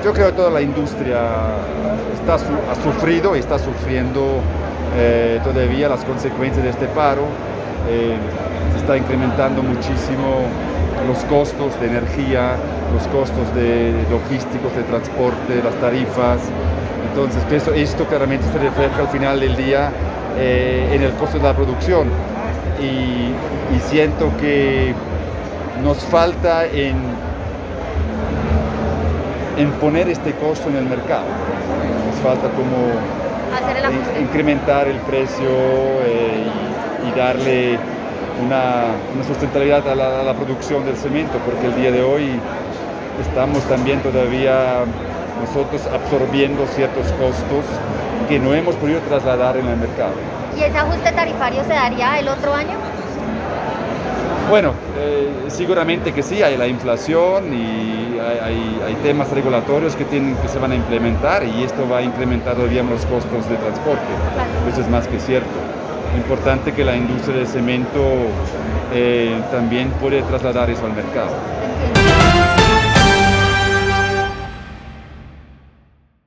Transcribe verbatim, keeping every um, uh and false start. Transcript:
yo creo que toda la industria está, ha sufrido y está sufriendo eh, todavía las consecuencias de este paro. Eh, se está incrementando muchísimo los costos de energía, los costos de logísticos, de transporte, las tarifas. Entonces, esto, esto claramente se refleja al final del día eh, en el costo de la producción. Y, y siento que nos falta en, en poner este costo en el mercado. Nos falta como hacer el ajuste. incrementar el precio eh, y, y darle una, una sustentabilidad a la, a la producción del cemento, porque el día de hoy estamos también todavía nosotros absorbiendo ciertos costos que no hemos podido trasladar en el mercado. ¿Y ese ajuste tarifario se daría el otro año? Bueno, eh, seguramente que sí, hay la inflación y hay, hay, hay temas regulatorios que, tienen, que se van a implementar y esto va a incrementar todavía los costos de transporte. Claro. Eso es más que cierto. Importante que la industria del cemento eh, también puede trasladar eso al mercado. Entiendo.